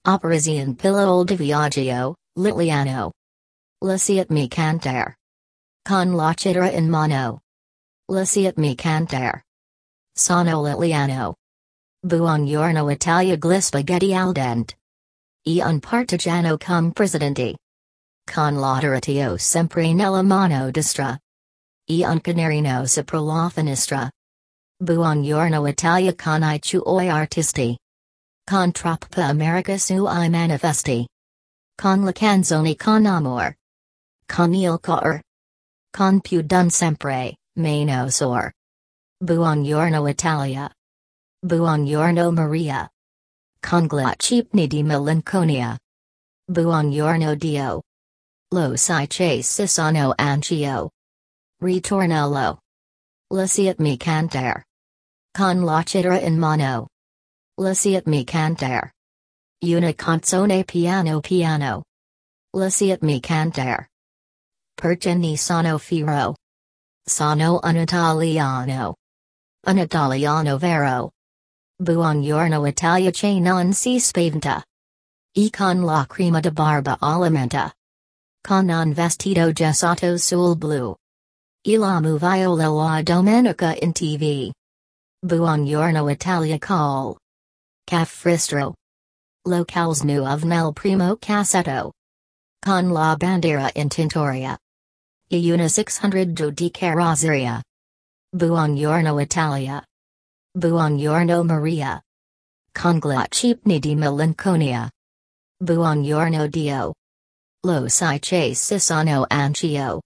Operazione Pilol di Viaggio, L'Italiano. Lasciatemi cantare. Con la chitarra in mano. Lasciatemi cantare. Sono l'Italiano. Buongiorno Italia gli spaghetti al dente. E un partigiano come presidente. Con l'autorità sempre nella mano destra. E un canarino sopra la finestra. Buongiorno Italia con I tuoi artisti. Con troppa America sui manifesti. Con la canzone con amor. Con il cor. Con più d'un sempre, meno sor. Buongiorno Italia. Buongiorno Maria. Con gli cepni di melanconia. Buongiorno Dio. Lo sai che ci sono anch'io. Ritornello. Lasciatemi cantare. Con la chitarra in mano. Lasciatemi cantare. Una canzone piano piano. Lasciatemi cantare. Perché ne sono fiero. Sono un italiano. Un italiano vero. Buongiorno Italia che non si spaventa. E con la crema di barba alla menta. Con un vestito gessato sul blu. E la viola la domenica in TV. Buongiorno Italia col. Caffristro. Locals nuove nel primo cassetto. Con la bandiera in tintoria. E una 600 di carrozzeria. Buongiorno Italia. Buongiorno Maria. Con gli cepni di melanconia. Buongiorno Dio. Lo sai che ci sono anch'io.